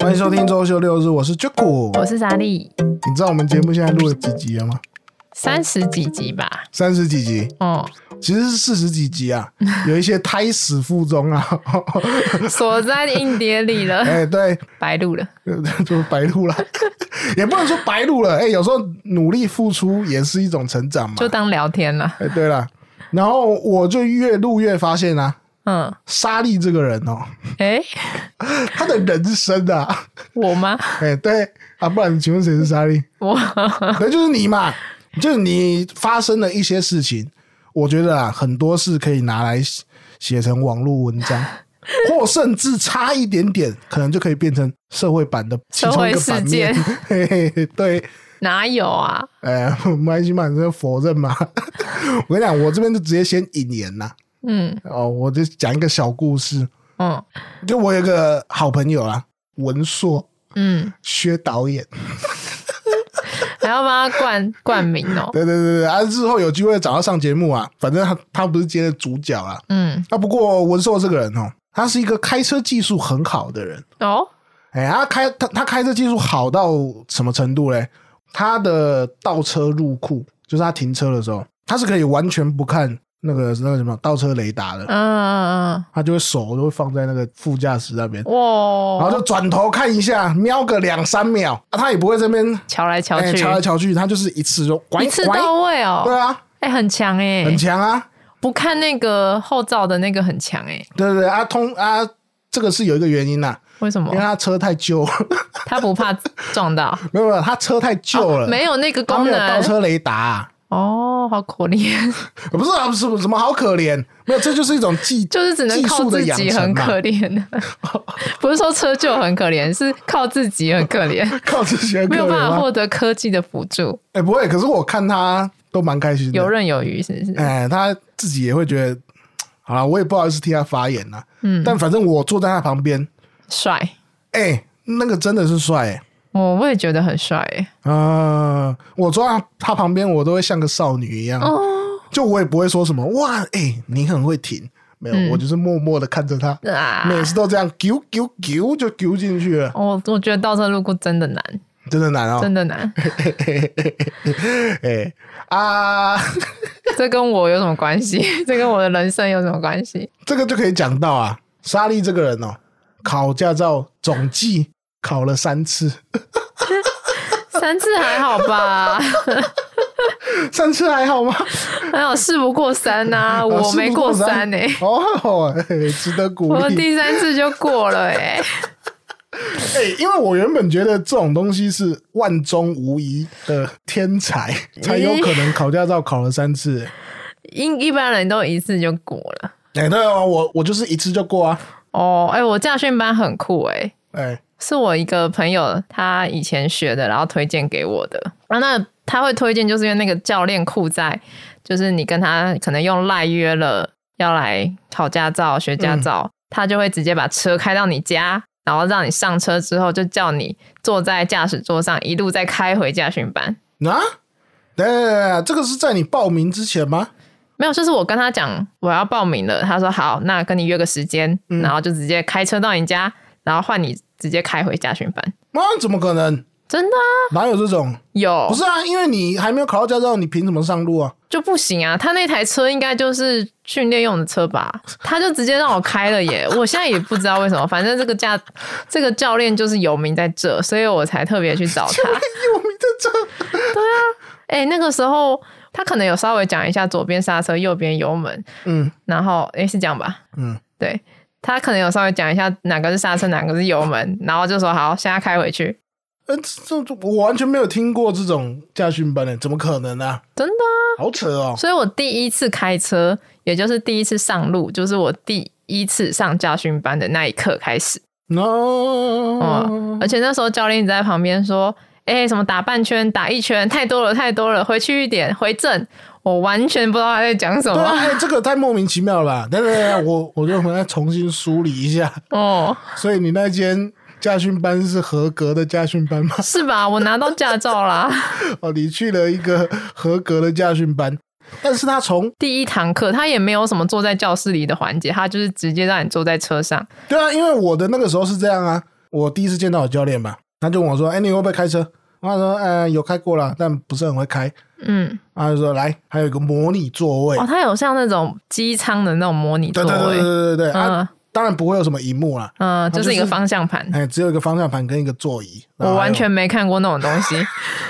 欢迎收听周休六日，我是 Jaco， 我是莎莉。 你知道我们节目现在录了几集了吗 ？30几集吧。 30几集？ 哦， 其实是40几集啊，有一些胎死腹中啊， 锁在硬碟里了。 哎，对， 白录了， 就白录了，也不能说白录了，哎，有时候努力付出也是一种成长嘛， 就当聊天了。 哎，对了，然后我就越录越发现啊。莎莉这个人哦，他的人生啊， 我吗？ 哎，对啊，不然请问谁是莎莉？ 我， 对，就是你嘛，就是你发生了一些事情，我觉得啊，很多事可以拿来写成网络文章，或甚至差一点点，可能就可以变成社会版的其中一个版面。嘿嘿嘿，对。 哪有啊？ 没关系嘛，你就否认嘛。我跟你讲，我这边就直接先引言啦。我就讲一个小故事。就我有一个好朋友啦，文硕，薛导演， 还要帮他冠名哦。 对，日后有機會找他上節目啊，反正他不是今天的主角啦。不過文碩這個人哦，他是一個開車技術很好的人哦。他開車技術好到什麼程度嘞？他的倒車入庫，就是他停車的時候，他是可以完全不看那個什麼倒車雷達的。他就會手就會放在那個副駕駛那邊，然後就轉頭看一下，瞄個2-3秒，他也不會這邊瞧來瞧去， 瞧來瞧去，他就是一次就一次到位哦。 對啊， 很強耶， 很強啊， 不看那個後照的那個很強耶。 對這個是有一個原因啊。 為什麼？ 因為他車太舊了， 他不怕撞到。 沒有，他車太舊了， 沒有那個功能， 他沒有倒車雷達啊。 好可憐。 不是啊，不是什麼好可憐，沒有，這就是一種就是只能靠自己很可憐。不是說車舊很可憐，是靠自己很可憐。 靠自己很可憐， 沒有辦法獲得科技的輔助。 不會，可是我看他都蠻開心的， 游刃有餘，是不是？ 他自己也會覺得，好啦，我也不好意思替他發言啦。但反正我坐在他旁邊， 帥。 那個真的是帥。 我也覺得很帥。 我坐在他旁邊，我都會像個少女一樣。就我也不會說什麼哇，你很會停，沒有，我就是默默的看着他，每次都這樣丟就丟進去了。 我覺得倒車入庫真的難， 真的難哦， 真的難。這跟我有什麼關係？這跟我的人生有什麼關係？ 這個就可以講到啊，莎莉這個人哦，考駕照總計考了3次。 3次還好吧 3次還好嗎？ 還好，事不過3啊，我沒過3 值得鼓勵。 我第3次就過了因為我原本覺得這種東西是萬中無一的天才才有可能考駕照考了3次。 一般人都1次就過了。 對啊，我就是1次就過啊。 我駕訓班很酷是我一個朋友他以前學的，然後推薦給我的。那他會推薦就是因為那個教練酷在，就是你跟他可能用賴約了要來考駕照學駕照，他就會直接把車開到你家，然後讓你上車之後就叫你坐在駕駛座上一路再開回駕訓班。 對，這個是在你報名之前嗎？ 沒有，就是我跟他講我要報名了，他說好，那跟你約個時間，然後就直接開車到你家，然後換你直接開回駕訓班。怎麼可能？真的啊， 哪有這種？有，不是啊，因為你還沒有考到駕照，你憑什麼上路啊？ 就不行啊，他那台車應該就是訓練用的車吧，他就直接讓我開了耶。我現在也不知道為什麼，反正這個教練就是有名在這，所以我才特別去找他。 有名在這？ 對啊，那個時候他可能有稍微講一下左邊剎車右邊油門，然後是這樣吧，對，他可能有稍微講一下哪個是剎車哪個是油門，然後就說好，現在開回去。 我完全沒有聽過這種駕訓班的，怎麼可能啊？ 真的啊， 好扯哦！ 所以我第1次開車，也就是第1次上路，就是我第1次上駕訓班的那一刻開始。而且那時候教練在旁邊說什麼打半圈打1圈太多了，回去一點回正。我完全不知道他在講什麼。 對啊，這個太莫名其妙了吧。對，我就回來重新梳理一下。所以你那間駕訓班是合格的駕訓班嗎？是吧？我拿到駕照啦。 你去了一個合格的駕訓班，但是他從第1堂課他也沒有什麼坐在教室裡的環節，他就是直接讓你坐在車上。 對啊，因為我的那個時候是這樣啊， 我第一次见到我教练吧，他就问我说：“你会不会开车？”他说：“有开过啦，但不是很会开。”他就说：“来，还有一个模拟座位。” 他有像那种机舱的那种模拟座位。 对。当然不会有什么萤幕啦， 就是一个方向盘， 只有一个方向盘跟一个座椅。 我完全没看过那种东西。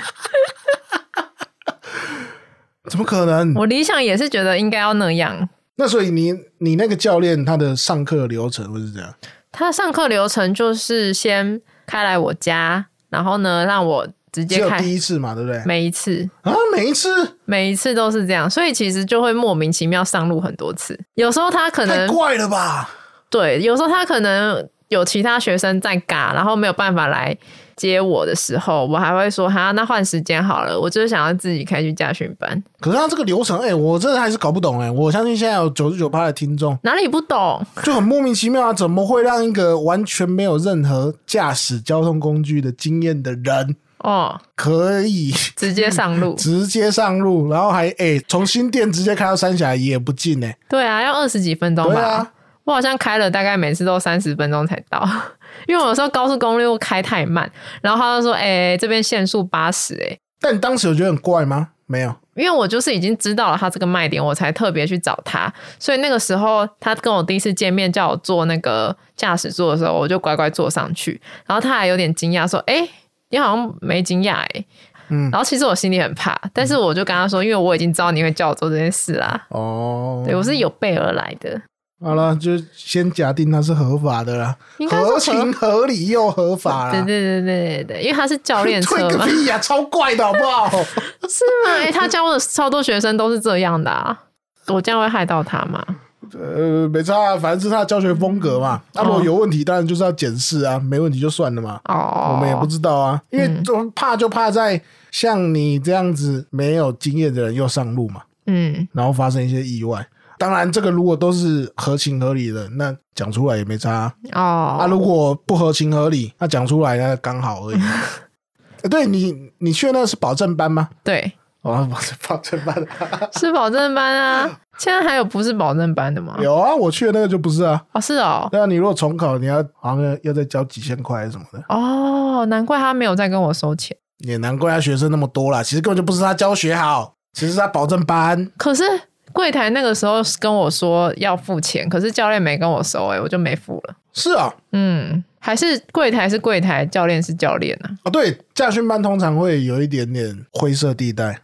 怎么可能？ 我理想也是觉得应该要那样。 那所以你那个教练他的上课流程会是这样？ 他的上课流程就是先开来我家，然后呢让我直接开。 只有第一次嘛，对不对？ 每一次啊，每一次都是这样，所以其实就会莫名其妙上路很多次。有时候他可能太怪了吧？ 对，有时候他可能有其他学生在尬，然后没有办法来接我的时候，我还会说那换时间好了，我就是想要自己开去驾训班。 可是他这个流程我真的还是搞不懂我相信现在有 99% 的听众哪里不懂， 就很莫名其妙怎么会让一个完全没有任何驾驶交通工具的经验的人可以直接上路然后还从新店直接开到三峡也不近对啊，要20几分钟吧。 对啊， 我好像开了大概每次都30分钟才到，因为我有时候高速公路开太慢，然后他就说这边限速80 但你当时有觉得很怪吗？没有， 因为我就是已经知道了他这个卖点，我才特别去找他，所以那个时候他跟我第一次见面叫我坐那个驾驶座的时候，我就乖乖坐上去，然后他还有点惊讶说你好像没惊讶然后其实我心里很怕，但是我就跟他说因为我已经知道你会叫我做这件事啦。对，我是有备而来的。 好了，就先假定它是合法的啦，合情合理又合法啦。 对，因为他是教练车嘛。 对个屁呀，超怪的好不好？ 是吗？他教的超多学生都是这样的啊，我这样会害到他吗？ 没差反正是他的教学风格嘛。如果有问题，当然就是要检视啊，没问题就算了嘛。我们也不知道啊，因为怕就怕在像你这样子没有经验的人又上路嘛，然后发生一些意外。当然这个如果都是合情合理的，那讲出来也没差如果不合情合理，那讲出来那刚好而已。对，你去的那个是保证班吗？ 对， 保证班是保证班啊。现在还有不是保证班的吗？ 有啊，我去的那个就不是啊。 是哦。 对啊，你如果重考，你好像要再交几千块什么的。 难怪他没有再跟我收钱。 也难怪他学生那么多啦，其实根本就不是他教学好，其实是他保证班。 可是柜台那个时候跟我说要付钱，可是教练没跟我收我就没付了。 是啊。 还是柜台是柜台，教练是教练啊。 对，驾训班通常会有一点点灰色地带。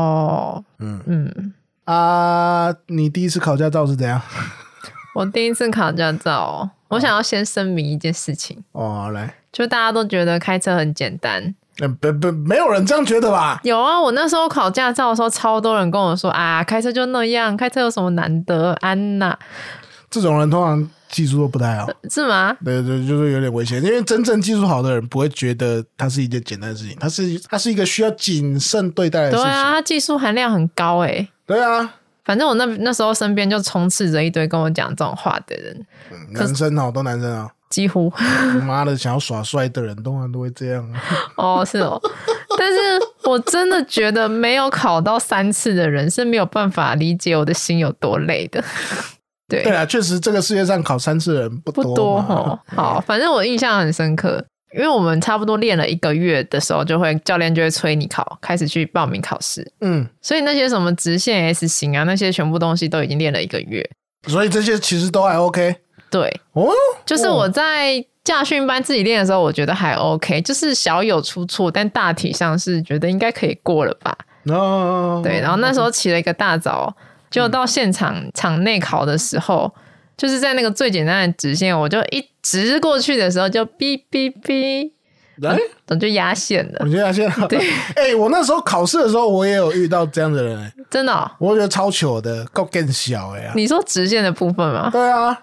你第一次考驾照是怎样？ 我第一次考驾照我想要先声明一件事情。 好来， 就大家都觉得开车很简单。 没有人这样觉得吧？ 有啊，我那时候考驾照的时候，超多人跟我说开车就那样，开车有什么难得？安娜， 这种人通常技术都不太好。 是吗？ 对，就是有点危险，因为真正技术好的人不会觉得它是一件简单的事情，它是一个需要谨慎对待的事情。 对啊，它技术含量很高对啊， 反正我那时候身边就充斥着一堆跟我讲这种话的人。 男生都男生几乎妈的想要耍帅的人通常都会这样是但是我真的觉得没有考到3次的人是没有办法理解我的心有多累的。对啊，确实这个世界上考3次的人不多好，反正我印象很深刻，因为我们差不多练了1个月的时候，教练就会催你开始去报名考试。所以那些什么直线 S 型啊，那些全部东西都已经练了1个月， 所以这些其实都还 OK。 对就是我在驾训班自己练的时候，我觉得还 OK， 就是小有出错，但大体上是觉得应该可以过了吧。对，然后那时候起了一个大早，就到现场内考的时候，就是在那个最简单的直线，我就一直过去的时候就哔哔哔，我就压线了。 我就压线了。 对， 我那时候考试的时候，我也有遇到这样的人。 真的我觉得超糗的，够更小你说直线的部分吗？ 对啊。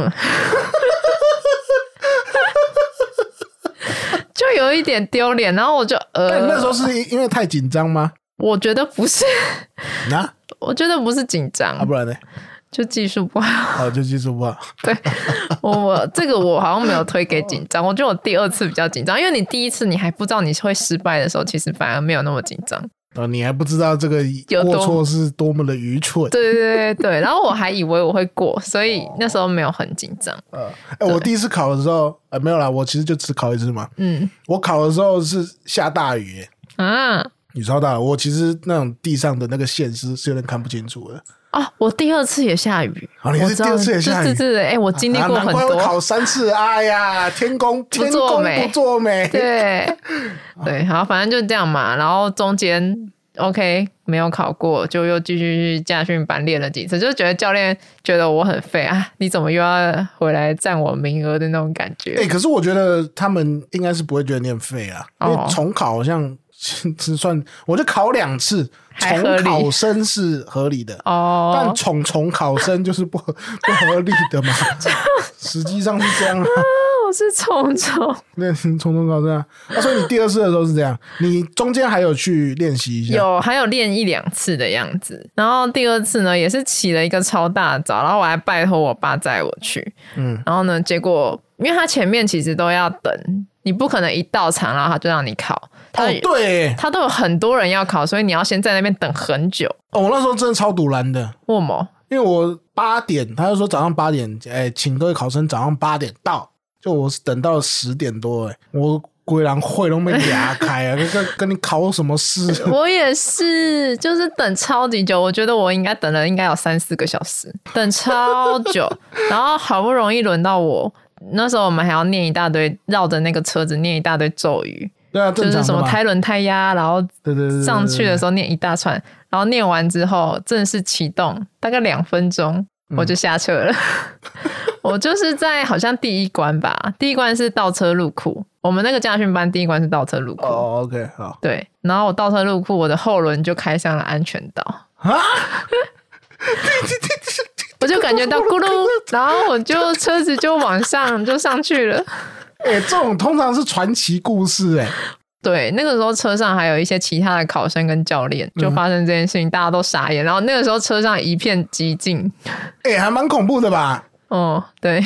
就有一点丢脸，然后我就那时候是因为太紧张吗？ 我觉得不是我觉得不是紧张不然呢？ 就技术不好。 就技术不好。 对，这个我好像没有推给紧张，我觉得我第2次比较紧张，因为你第1次你还不知道你会失败的时候，其实反而没有那么紧张。 你还不知道这个过错是多么的愚蠢。 对对对对，然后我还以为我会过，所以那时候没有很紧张。 我第一次考的时候，没有啦，我其实就只考一次嘛。我考的时候是下大雨雨超大，我其实那种地上的那个线是有点看不清楚的。 我第二次也下雨。 你是第二次也下雨？ 对，我经历过很多。 难怪会考3次，哎呀，天公不作美。 对对，好，反正就这样嘛。然后中间 OK 没有考过，就又继续去驾训班练了几次，就觉得教练觉得我很废啊，你怎么又要回来占我名额的那种感觉。 可是我觉得他们应该是不会觉得你很废啊，因为重考好像是算，我就考2次。重考生是合理的但重考生就是不合理的嘛实际上是这样我是重考生所以你第二次的时候是这样，你中间还有去练习一下？ 还有练1-2次的样子。然后第二次呢也是起了一个超大早，然后我还拜托我爸载我去然后呢结果因为他前面其实都要等，你不可能一到场然后他就让你考。 对， 他都有很多人要考，所以你要先在那边等很久。 我那时候真的超堵拦的。 为什么？ 因为我8点，他就说早上8点，请各位考生早上8点到，就我是等到10点多，我规人会都没牙开啊，跟你考什么试？ 我也是，就是等超级久，我觉得我应该等了应该有3-4个小时，等超久，然后好不容易轮到我，那时候我们还要念一大堆，绕着那个车子念一大堆咒语。 对啊， 就是什么胎轮胎压，然后上去的时候念一大串，然后念完之后正式启动，大概2分钟我就下车了。我就是在好像第一关吧，第一关是倒车入库，我们那个驾训班第一关是倒车入库。 OK 好。 对，然后我倒车入库，我的后轮就开上了安全岛我就感觉到咕噜，然后我就车子就往上就上去了。 这种通常是传奇故事对，那个时候车上还有一些其他的考生跟教练，就发生这件事情，大家都傻眼。然后那个时候车上一片寂静， 还蛮恐怖的吧？ 对，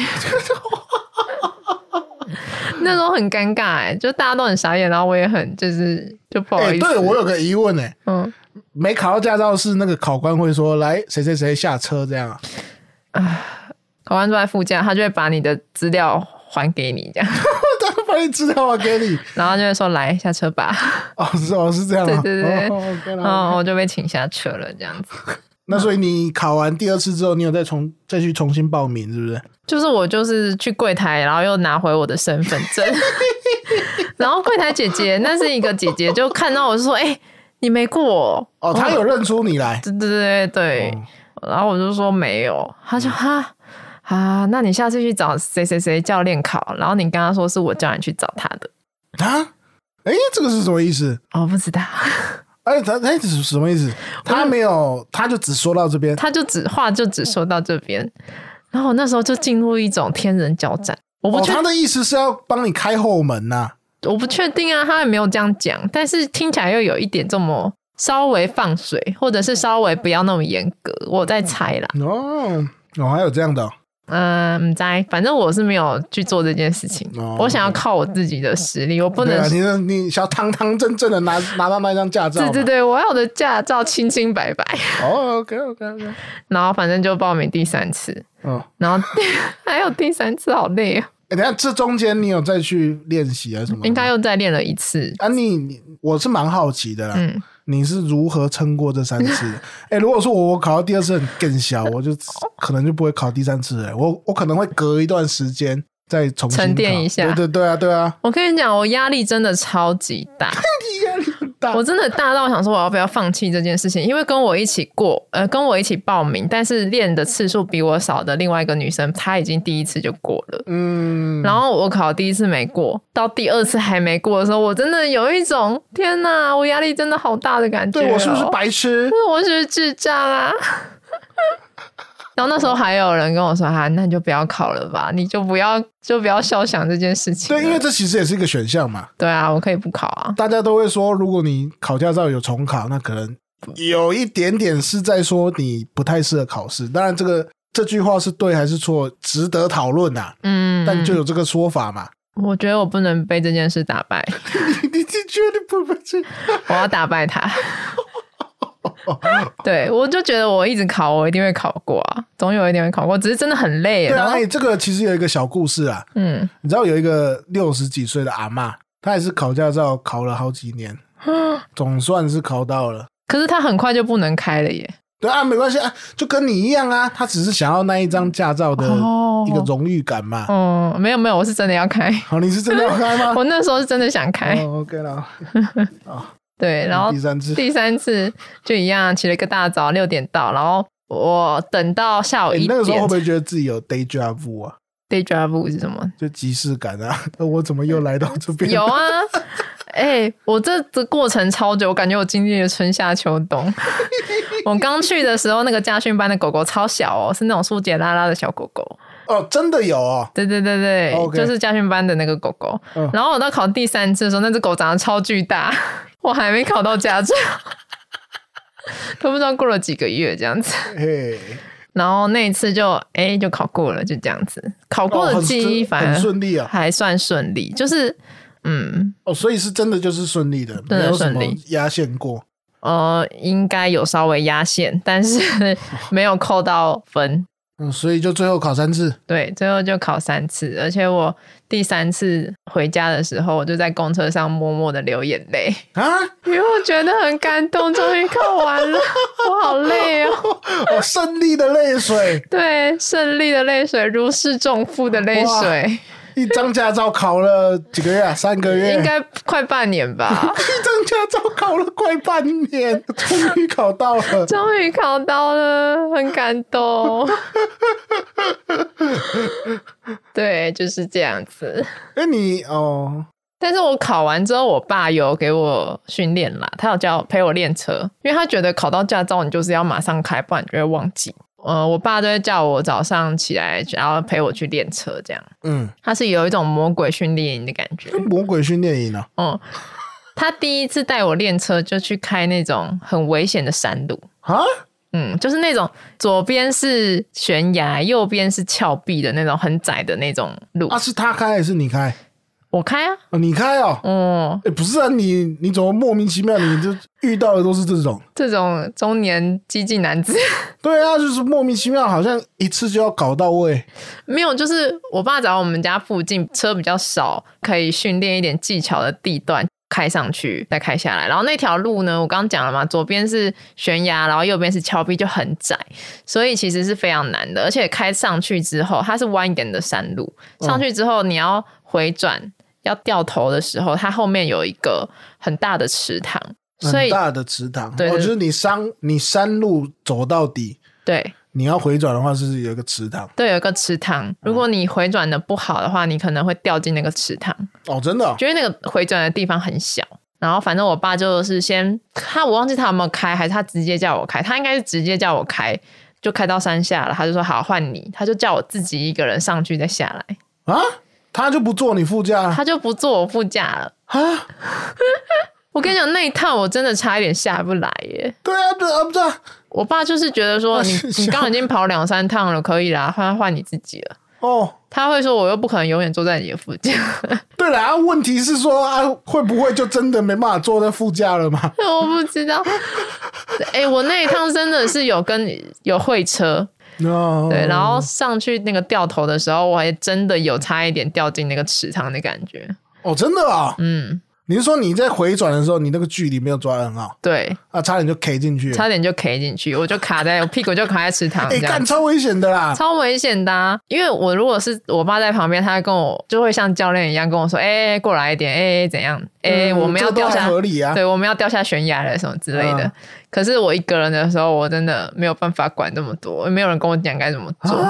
那时候很尴尬就大家都很傻眼，然后我也很就不好意思。 对，我有个疑问没考到驾照是那个考官会说来谁谁谁下车这样考官坐在副驾，他就会把你的资料还给你这样他把你资料还给你， 然后就会说来下车吧是这样吗？ 对对对我就被请下车了这样子那所以你考完第2次之后你有再去重新报名是不是？ 就是我就是去柜台然后又拿回我的身份证然后柜台姐姐那是一个姐姐就看到我就说你没过她有认出你来？ 对对对对然后我就说没有，她就那你下次去找谁谁谁教练考，然后你跟他说是我叫你去找他的这个是什么意思？ 不知道他是什么意思？他没有，他就只说到这边， 他就话就只说到这边，然后我那时候就进入一种天人交战。 他的意思是要帮你开后门我不确定他也没有这样讲，但是听起来又有一点这么稍微放水，或者是稍微不要那么严格，我在猜啦。 还有这样的不知道，反正我是没有去做这件事情我想要靠我自己的实力，我不能你想要堂堂正正的拿到那张驾照。 对对对，我要我的驾照清清白白 OK 然后反正就报名第3次然后还有第3次好累等一下这中间你有再去练习还是什么？ 应该又再练了1次我是蛮好奇的啦你是如何撑过这3次如果说我考到第2次很更小我就可能就不会考第3次我可能会隔一段时间再重新沉淀一下。 对啊我跟你讲我压力真的超级大你压力很大， 我真的大到想说我要不要放弃这件事情，因为跟我一起报名但是练的次数比我少的另外一个女生她已经第1次就过了然后我考第1次没过，到第2次还没过的时候我真的有一种天哪我压力真的好大的感觉对我是不是白痴？ 我是不是智障啊然后那时候还有人跟我说那你就不要考了吧，你就不要肖想这件事情。 对，因为这其实也是一个选项嘛。 对啊，我可以不考啊。 大家都会说如果你考驾照有重考那可能有一点点是在说你不太适合考试，当然这句话是对还是错值得讨论但就有这个说法嘛。 我觉得我不能被这件事打败。 你觉得你不能被？ 我要打败他。对，我就觉得我一直考，我一定会考过啊，总有一定会考过，只是真的很累。 对啊，这个其实有一个小故事啊。你知道有一个60几岁的阿嬷，她也是考驾照考了好几年，总算是考到了。 可是她很快就不能开了耶。 对啊，没关系啊，就跟你一样啊，她只是想要那一张驾照的一个荣誉感嘛。 没有，我是真的要开。 你是真的要开吗？ 我那时候是真的想开。 OK 了。 对，然后第三次就一样，起了一个大早6点到，然后我等到下午1点。 那个时候会不会觉得自己有 déjà vu 啊？ déjà vu 是什么？ 就即视感啊。我怎么又来到这边？ 有啊。我这过程超久，我感觉我经历了春夏秋冬。我刚去的时候，那个驾训班的狗狗超小哦，是那种舒洁拉拉的小狗狗。 真的有哦。 对、okay. 就是驾训班的那个狗狗。然后我到考第3次的时候，那只狗长得超巨大，我还没考到驾照。都不知道过了几个月这样子。然后那一次就考过了，就这样子。考过的记忆反而很顺利啊， 还算顺利，就是所以是真的就是顺利的，没有什么压线过。 应该有稍微压线，但是没有扣到分。 所以就最后考3次。 对，最后就考3次，而且我第3次回家的时候，我就在公车上默默的流眼泪啊，因为我觉得很感动，终于考完了，我好累哦。 胜利的泪水。对， 胜利的泪水，如释重负的泪水。 一张驾照考了几个月啊？3个月， 应该快半年吧。 一张驾照考了快半年，终于考到了， 终于考到了，很感动。对，就是这样子。但是我考完之后，我爸有给我训练啦，他有陪我练车，因为他觉得考到驾照你就是要马上开，不然你就会忘记。我爸都会叫我早上起来，然后陪我去练车，这样。他是有一种魔鬼训练营的感觉。 魔鬼训练营啊？ 他第一次带我练车，就去开那种很危险的山路啊。就是那种左边是悬崖，右边是峭壁的那种很窄的那种路。 是他开还是你开？ 我开啊。 你开哦。不是啊，你怎么莫名其妙你就遇到的都是这种中年激进男子？ 对啊，就是莫名其妙，好像一次就要搞到位。 没有，就是我爸找我们家附近车比较少，可以训练一点技巧的地段开上去再开下来。然后那条路呢，我刚刚讲了嘛，左边是悬崖，然后右边是峭壁，就很窄，所以其实是非常难的。而且开上去之后，它是蜿蜒的山路，上去之后你要回转要掉头的时候，它后面有一个很大的池塘， 很大的池塘。 对， 就是你山路走到底， 对， 你要回转的话是有一个池塘。 对，有一个池塘。如果你回转的不好的话，你可能会掉进那个池塘。 真的？ 因为那个回转的地方很小。然后反正我爸就是我忘记他有没有开，还是他直接叫我开。他应该是直接叫我开，就开到山下了，他就说好换你，他就叫我自己一个人上去再下来啊。他就不坐你副驾？他就不坐我副驾了啊！我跟你讲，那一趟我真的差一点下不来耶。 对啊，不是啊。 我爸就是觉得说，你刚刚已经跑2-3趟了，可以啦，换你自己了。他会说，我又不可能永远坐在你的副驾。 对啦，问题是说会不会就真的没办法坐在副驾了吗？ 我不知道。我那一趟真的是有会车。对，然后上去那个掉头的时候，我还真的有差一点掉进那个池塘的感觉。 真的啊？你是说你在回转的时候，你那个距离没有抓得很好？ 对差点就 K 进去， 我就我屁股就卡在池塘。 干超危险的啦， 超危险的啊！因为我如果是我爸在旁边，他跟我就会像教练一样跟我说：“过来一点，怎样？我们要掉下， 合理啊， 对，我们要掉下悬崖了什么之类的。”可是我一个人的时候，我真的没有办法管这么多，没有人跟我讲该怎么做。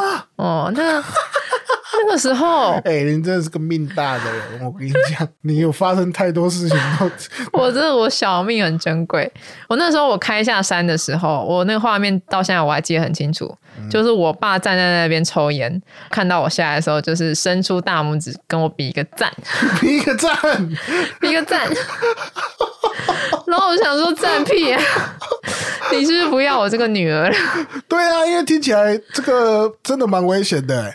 那个时候， 你真的是个命大的人。我跟你讲，你有发生太多事情。 我小命很珍贵。我那时候我开下山的时候，我那个画面到现在我还记得很清楚。就是我爸站在那边抽烟，看到我下来的时候，就是伸出大拇指跟我比一个赞， 比一个赞。 然后我想说赞屁啊！你是不是不要我这个女儿？ 对啊，因为听起来这个真的蛮危险的。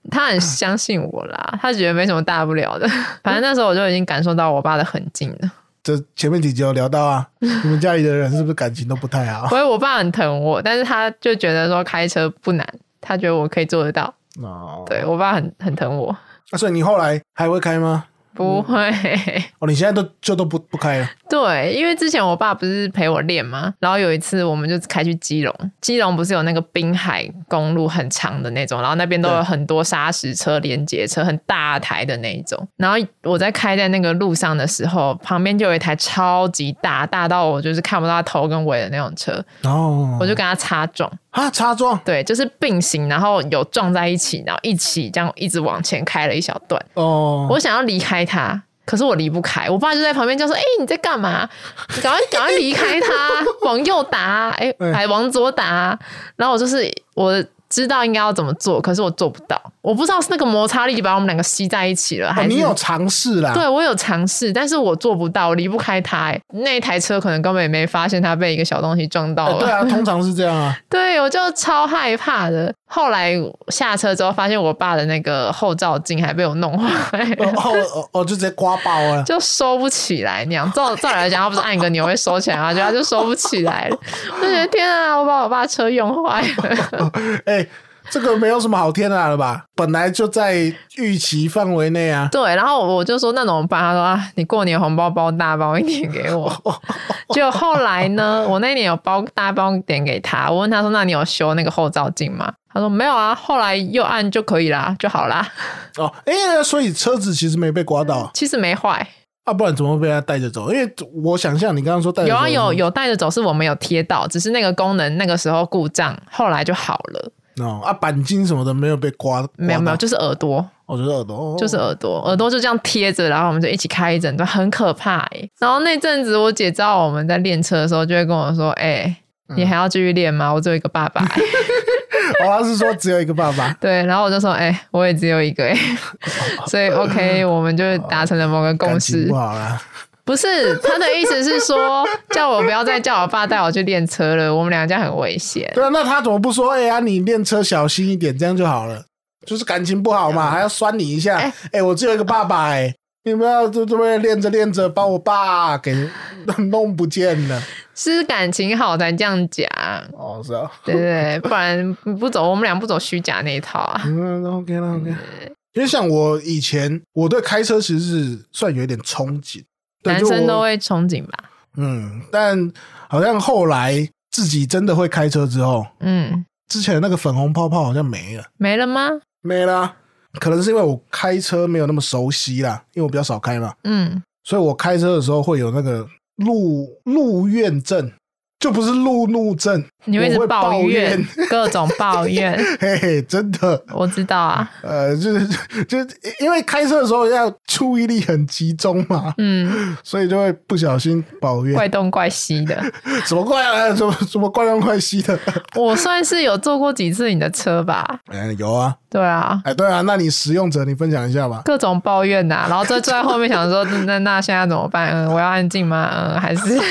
他很相信我啦，他觉得没什么大不了的。反正那时候我就已经感受到我爸的狠劲了。 这前面几集有聊到啊，你们家里的人是不是感情都不太好？ 所以我爸很疼我，但是他就觉得说开车不难，他觉得我可以做得到。对，我爸很疼我。 所以你后来还会开吗？ 不会。 你现在都不开了？ 对，因为之前我爸不是陪我练嘛，然后有一次我们就开去基隆，基隆不是有那个滨海公路很长的那种，然后那边都有很多砂石车、连结车，很大台的那一种。然后我在开在那个路上的时候，旁边就有一台超级大到我就是看不到头跟尾的那种车，我就跟他擦撞。 擦撞？对， 就是并行，然后有撞在一起，然后一起这样一直往前开了一小段。我想要离开他，可是我离不开。我爸就在旁边就说：“你在干嘛？你赶快离开他，往右打，还往左打。”然后我知道应该要怎么做，可是我做不到。我不知道是那个摩擦力把我们两个吸在一起了，还是你有尝试啦？ 对，我有尝试，但是我做不到，我离不开它。那一台车可能根本也没发现它被一个小东西撞到了。 对啊，通常是这样啊。 对，我就超害怕的。后来下车之后，发现我爸的那个后照镜还被我弄坏了， 就直接刮爆了， 就收不起来那样。照理来讲，他不是按一个钮会收起来吗？他就收不起来了。我就觉得天啊，我把我爸车用坏了。 这个没有什么好天大的吧？本来就在预期范围内啊。 对，然后我就说那怎么办？他说你过年红包包大包一点给我。就后来呢，我那年有包大包一点给他。我问他说那你有修那个后照镜吗？他说没有啊，后来右按就可以啦，就好啦。 所以车子其实没被刮到， 其实没坏。 不然怎么会被他带着走？因为我想象你刚刚说带着走， 有带着走，是我们有贴到，只是那个功能那个时候故障，后来就好了。 钣金什么的没有被刮？ 没有，就是耳朵。 就是耳朵， 就是耳朵就这样贴着，然后我们就一起开一整段，很可怕然后那阵子我姐知道我们在练车的时候，就会跟我说：“你还要继续练吗？我只有一个爸爸。” 他是说只有一个爸爸。 对，然后我就说：“我也只有一个所以 OK， 我们就达成了某个共识。 不好啦。 不是，他的意思是说叫我不要再叫我爸带我去练车了，我们两家很危险。 对啊，那他怎么不说你练车小心一点，这样就好了？就是感情不好嘛，还要酸你一下。我只有一个爸爸你不要这边练着练着把我爸给弄不见了。 是感情好才这样讲。 是啊。 对，不然我们俩不走虚假那一套啊。 OK 了 OK。因为像我以前，我对开车其实是算有一点憧憬。 男生都会憧憬吧。 但好像后来自己真的会开车之后，之前的那个粉红泡泡好像没了。 没了吗？ 没了。可能是因为我开车没有那么熟悉啦，因为我比较少开嘛。所以我开车的时候会有那个路怨症，就不是路怒症。 你会一直抱怨各种抱怨。 嘿，真的， 我知道啊。 就是因为开车的时候要注意力很集中嘛，所以就会不小心抱怨， 怪东怪西的。 什么怪啊？什么怪东怪西的？我算是有坐过几次你的车吧。 有啊。 对啊。 对啊，那你使用者你分享一下吧。 各种抱怨然后坐在后面想说那现在怎么办？我要安静吗？还是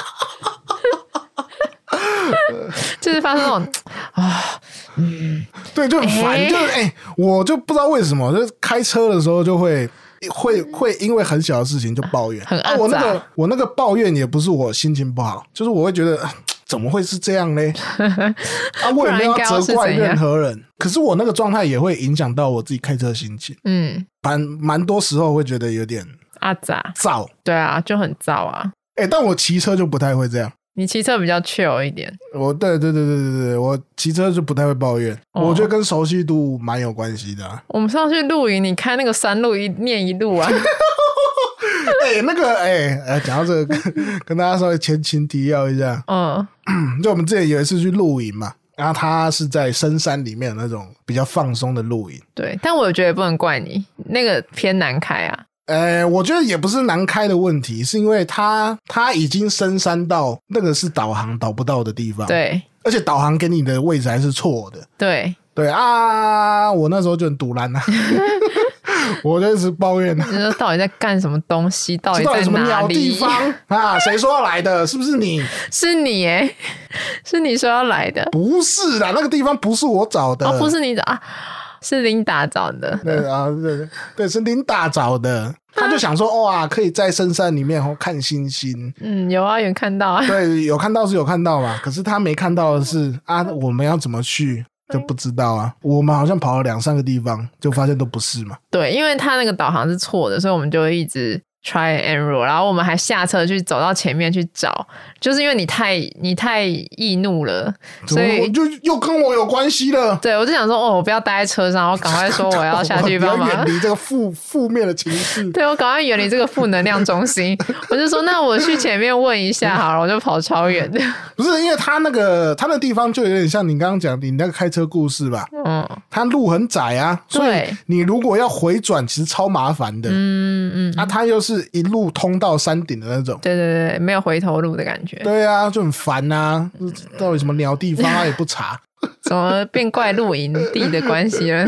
就是发生那种对，就很烦。就是我就不知道为什么，就是开车的时候就会因为很小的事情就抱怨， 很阿杂。我那个抱怨也不是我心情不好，就是我会觉得怎么会是这样呢？我也没有要责怪任何人，可是我那个状态也会影响到我自己开车的心情。蛮多时候会觉得有点阿杂躁。 对啊，就很躁啊。 但我骑车就不太会这样。 你骑车比较 chill 一点。 对，我骑车就不太会抱怨。我觉得跟熟悉度蛮有关系的。 我们上去露营，你开那个山路一念一路啊。 讲到这个跟大家稍微前情提要一下。就我们之前有一次去露营嘛，然后他是在深山里面那种比较放松的露营。 对，但我觉得不能怪你，那个偏难开啊。 我觉得也不是难开的问题，是因为他已经深山到那个是导航导不到的地方。 对， 而且导航给你的位置还是错的。 对啊，我那时候就很堵烂啊。我就一直抱怨， 你说到底在干什么东西？到底在什么哪里？ 鸟地方啊？谁说要来的？是不是你？ 是你是你说要来的？ 不是啦，那个地方不是我找的。 不是你找啊？ 是Linda 找的。 对啊，对，是Linda找的。他就想说，哇，可以在深山里面看星星。 有啊，有看到啊。 对，有看到是有看到嘛，可是他没看到的是啊，我们要怎么去就不知道啊。我们好像跑了2-3个地方，就发现都不是嘛。 对，因为他那个导航是错的，所以我们就一直try and error， 然后我们还下车去走到前面去找，就是因为你太易怒了，所以就又跟我有关系了。 对，我就想说，我不要待在车上，我赶快说我要下去帮忙， 远离这个负面的情绪。 对，我赶快远离这个负能量中心。我就说，那我去前面问一下好了，我就跑超远的。 不是因为他那地方就有点像你刚刚讲你那个开车故事吧？他路很窄啊，所以你如果要回转，其实超麻烦的。他又是一路通到山顶的那种， 对，没有回头路的感觉。 对啊，就很烦啊！到底什么鸟地方他也不查， 怎么变怪露营地的关系了？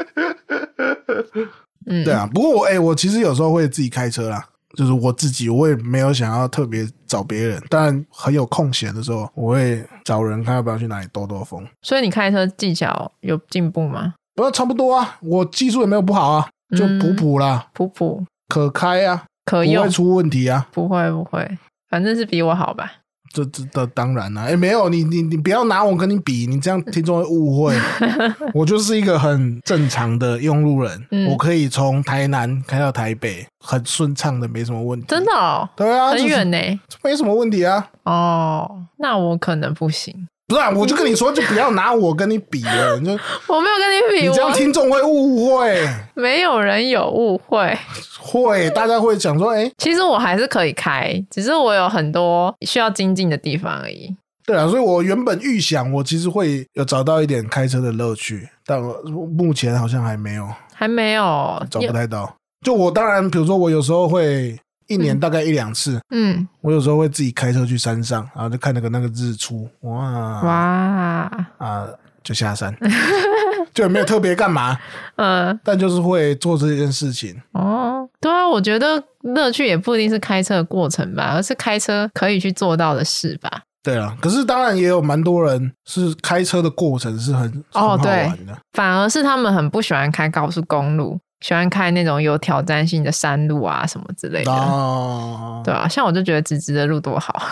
对啊，不过我其实有时候会自己开车啦，就是我也没有想要特别找别人，但很有空闲的时候，我会找人看要不要去哪里兜兜风。 所以你开车技巧有进步吗？ 差不多啊，我技术也没有不好啊，就普啦， 普可开啊， 可用， 不会出问题啊， 不会，反正是比我好吧。 这当然啦，没有你不要拿我跟你比，你这样听众会误会。我就是一个很正常的用路人，我可以从台南开到台北，很顺畅的，没什么问题。 真的哦？ 对啊， 很远呢， 没什么问题啊。 那我可能不行。 不是啊，我就跟你说，就不要拿我跟你比了。 我没有跟你比， 你这样听众会误会。 没有人有误会， 大家会讲说， 其实我还是可以开，只是我有很多需要精进的地方而已。 对啊，所以我原本预想我其实会有找到一点开车的乐趣，但我目前好像还没有，找不太到。就我当然，比如说我有时候会1年大概1-2次，我有时候会自己开车去山上，然后就看那个日出，哇就下山，就也没有特别干嘛，但就是会做这件事情。 对啊，我觉得乐趣也不一定是开车的过程吧，而是开车可以去做到的事吧。 对啊，可是当然也有蛮多人是开车的过程是很好玩的， 反而是他们很不喜欢开高速公路，喜欢开那种有挑战性的山路啊什么之类的。对啊，像我就觉得直直的路多好，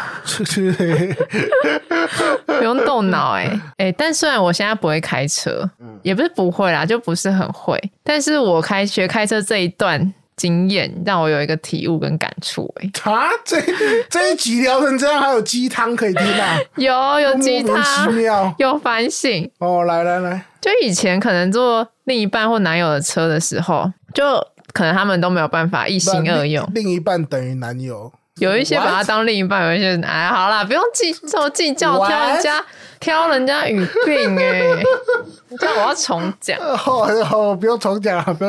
不用动脑但虽然我现在不会开车，也不是不会啦，就不是很会，但是我学开车这一段经验让我有一个体悟跟感触。 这一集聊成这样，还有鸡汤可以听啊？ 有鸡汤， 莫名其妙， 有反省。 来， 就以前可能坐另一半或男友的车的时候，就可能他们都没有办法一心二用。 另一半等于男友， 有一些把他当另一半，有一些好啦，不用这么计较，挑人家语病这样我要重讲。 不用重讲啊，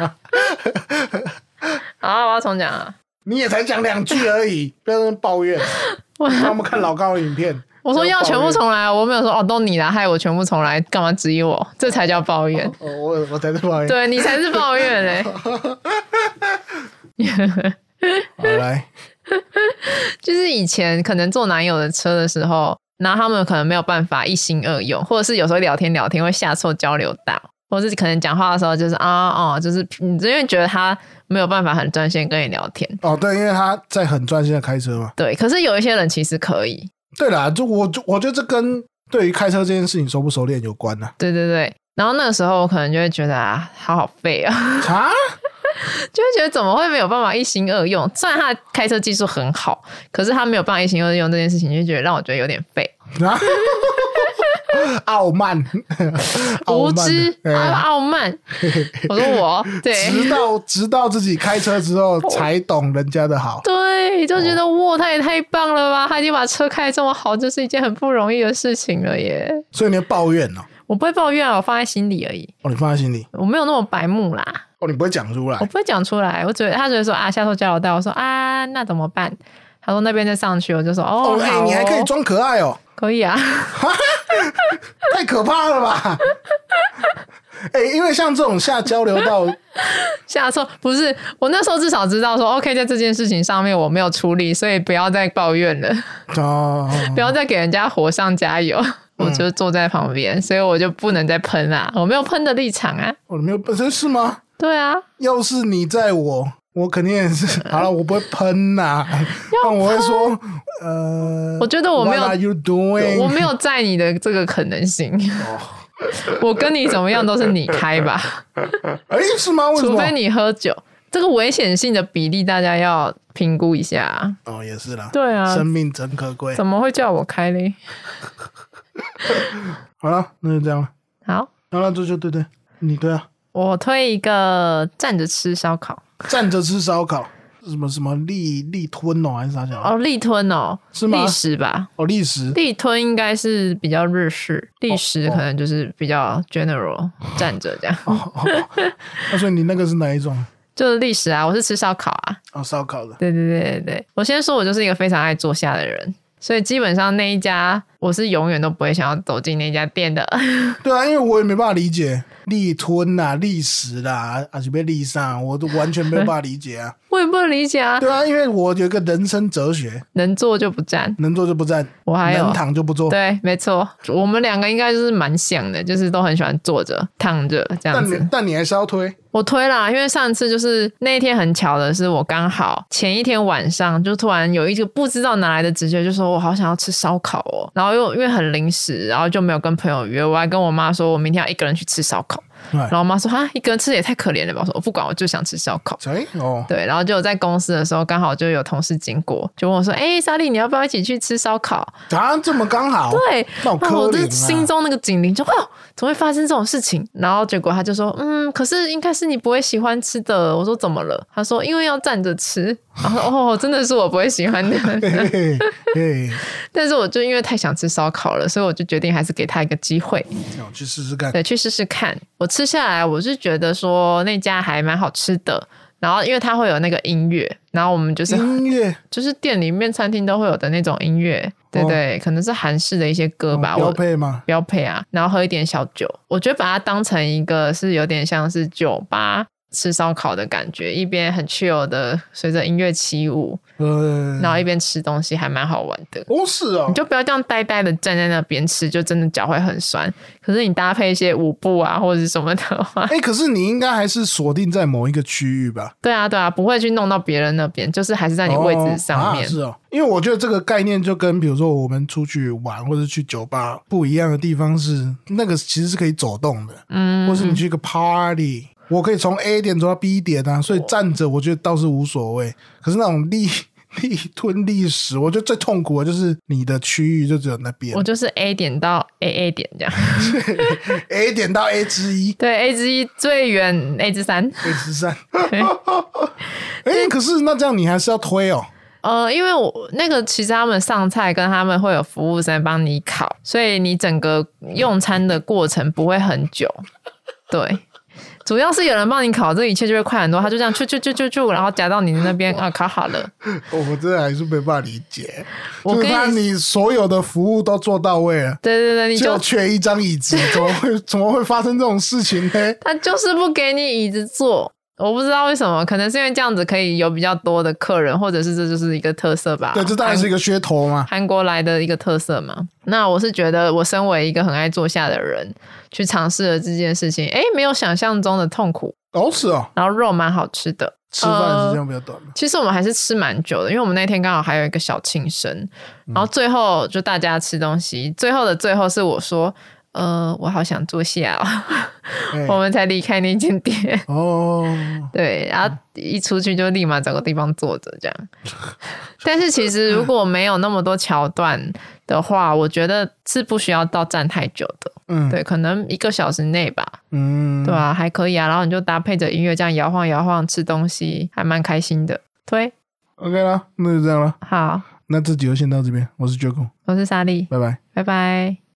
好，我要重讲啊。 你也才讲2句而已，不要抱怨。让我们看老高的影片。 我说要全部重来，我没有说都你啦，害我全部重来，干嘛质疑我？这才叫抱怨。 我才是抱怨。 对，你才是抱怨好来， 就是以前可能坐男友的车的时候，然后他们可能没有办法一心二用，或者是有时候聊天会下错交流道，或者是可能讲话的时候就是就是你因为觉得他没有办法很专心跟你聊天。 对，因为他在很专心的开车嘛。 对，可是有一些人其实可以。 对啦，我觉得这跟对于开车这件事情熟不熟练有关啊。 对，然后那个时候我可能就会觉得好废啊，就会觉得怎么会没有办法一心二用？虽然他开车技术很好，可是他没有办法一心二用这件事情，就觉得让我觉得有点废。 傲慢， 无知，傲慢。我说对， 直到自己开车之后才懂人家的好。 对，就觉得他也太棒了吧！他已经把车开这么好，这是一件很不容易的事情了耶。 所以你会抱怨哦？ 我不会抱怨我放在心里而已。 你放在心里？ 我没有那么白目啦。 你不会讲出来？ 我不会讲出来。他觉得说下错交流道，我说那怎么办？他说那边再上去，我就说你还可以装可爱哦。 可以啊。 太可怕了吧。因为像这种下交流道下错，不是我那时候至少知道说 OK， 在这件事情上面我没有出力，所以不要再抱怨了。不要再给人家火上加油。 我就坐在旁边，所以我就不能再喷啦，我没有喷的立场啊。 你没有喷是吗？ 对啊， 要是你在我肯定也是好了，我不会喷呐，但我会说我觉得我没有 What are you doing？ 我没有在你的这个可能性。我跟你怎么样都是你开吧。 是吗？为什么？ 除非你喝酒，这个危险性的比例大家要评估一下。 也是啦。 对啊， 生命真可贵。 怎么会叫我开嘞？ 好了，那就这样了。 好， 那这就对，你对啊。 我推一个站着吃烧烤。 站着吃烧烤，什么立吞还是啥讲？ 立吞是吗？ 立食吧？ 立食。 立吞应该是比较日式，立食可能就是比较 general，站着这样。 那所以你那个是哪一种？ 就是立食啊，我是吃烧烤啊。 烧烤的。 对，我先说，我就是一个非常爱坐下的人。所以基本上那一家我是永远都不会想要走进那家店的。 对啊，因为我也没办法理解立吞啦、立食啦，还是被立上，我都完全没有办法理解啊。 我也不能理解啊。 对啊，因为我有一个人生哲学： 能坐就不站， 能坐就不站， 我还有能躺就不坐。 对，没错，我们两个应该就是蛮像的，就是都很喜欢坐着、躺着这样子。 但你还是要推。 我推啦，因为上次就是那一天很巧的是，我刚好前一天晚上就突然有一个不知道哪来的直觉，就说我好想要吃烧烤哦，然后又因为很临时，然后就没有跟朋友约，我还跟我妈说我明天要一个人去吃烧烤。然后我妈说哈，一个人吃也太可怜了吧。我说我不管，我就想吃烧烤。对，然后就在公司的时候刚好就有同事经过，就问我说莎莉你要不要一起去吃烧烤这么刚好。 对，那我就心中那个警铃就怎么会发生这种事情。然后结果他就说可是应该是你不会喜欢吃的。我说怎么了？他说因为要站着吃。然后真的是我不会喜欢的。但是我就因为太想吃烧烤了，所以我就决定还是给他一个机会， 去试试看。 对，去试试看。我吃下来我是觉得说那家还蛮好吃的，然后因为它会有那个音乐，然后我们就是音乐就是店里面餐厅都会有的那种音乐，对，可能是韩式的一些歌吧。 标配吗？ 标配啊，然后喝一点小酒，我觉得把它当成一个是有点像是酒吧吃烧烤的感觉，一边很 chill 的随着音乐起舞，然后一边吃东西，还蛮好玩的。 是哦， 你就不要这样呆呆的站在那边吃，就真的脚会很酸。可是你搭配一些舞步啊或者是什么的话， 可是你应该还是锁定在某一个区域吧？ 对啊，不会去弄到别人那边，就是还是在你位置上面。 是哦，因为我觉得这个概念就跟比如说我们出去玩或者去酒吧不一样的地方是，那个其实是可以走动的，或是你去一个 party。我可以从 A 点走到 B 点啊，所以站着我觉得倒是无所谓。可是那种立吞立食，我觉得最痛苦的就是你的区域就只有那边。 我就是 A 点到 AA 点这样。 A 点到 A 之一， 对 A 之一最远 A 之3 A 之3。可是那这样你还是要推哦。 因为我那个其实他们上菜跟他们会有服务生帮你烤，所以你整个用餐的过程不会很久。对。主要是有人帮你烤，这一切就会快很多。他就这样就然后夹到你的那边烤好了。 我真的还是没办法理解，就是他你所有的服务都做到位了， 对，你就缺一张椅子，怎么会发生这种事情呢？ 他就是不给你椅子坐。我不知道为什么，可能是因为这样子可以有比较多的客人，或者是这就是一个特色吧。 对，这当然是一个噱头嘛， 韩国来的一个特色嘛。那我是觉得我身为一个很爱坐下的人去尝试了这件事情，没有想象中的痛苦。 是哦， 然后肉蛮好吃的， 吃饭时间比较短其实我们还是吃蛮久的，因为我们那天刚好还有一个小庆生，然后最后就大家吃东西，最后的最后是我说我好想坐下我们才离开那间店。对，然后一出去就立马找个地方坐着这样。但是其实如果没有那么多桥段的话，我觉得是不需要到站太久的。对，可能1个小时内吧。对啊，还可以啊。然后你就搭配着音乐这样摇晃摇晃吃东西，还蛮开心的。对 ，OK 啦，那就这样了。 好， 那这集就先到这边。我是 Joko， 我是莎莉， 拜拜， 拜拜。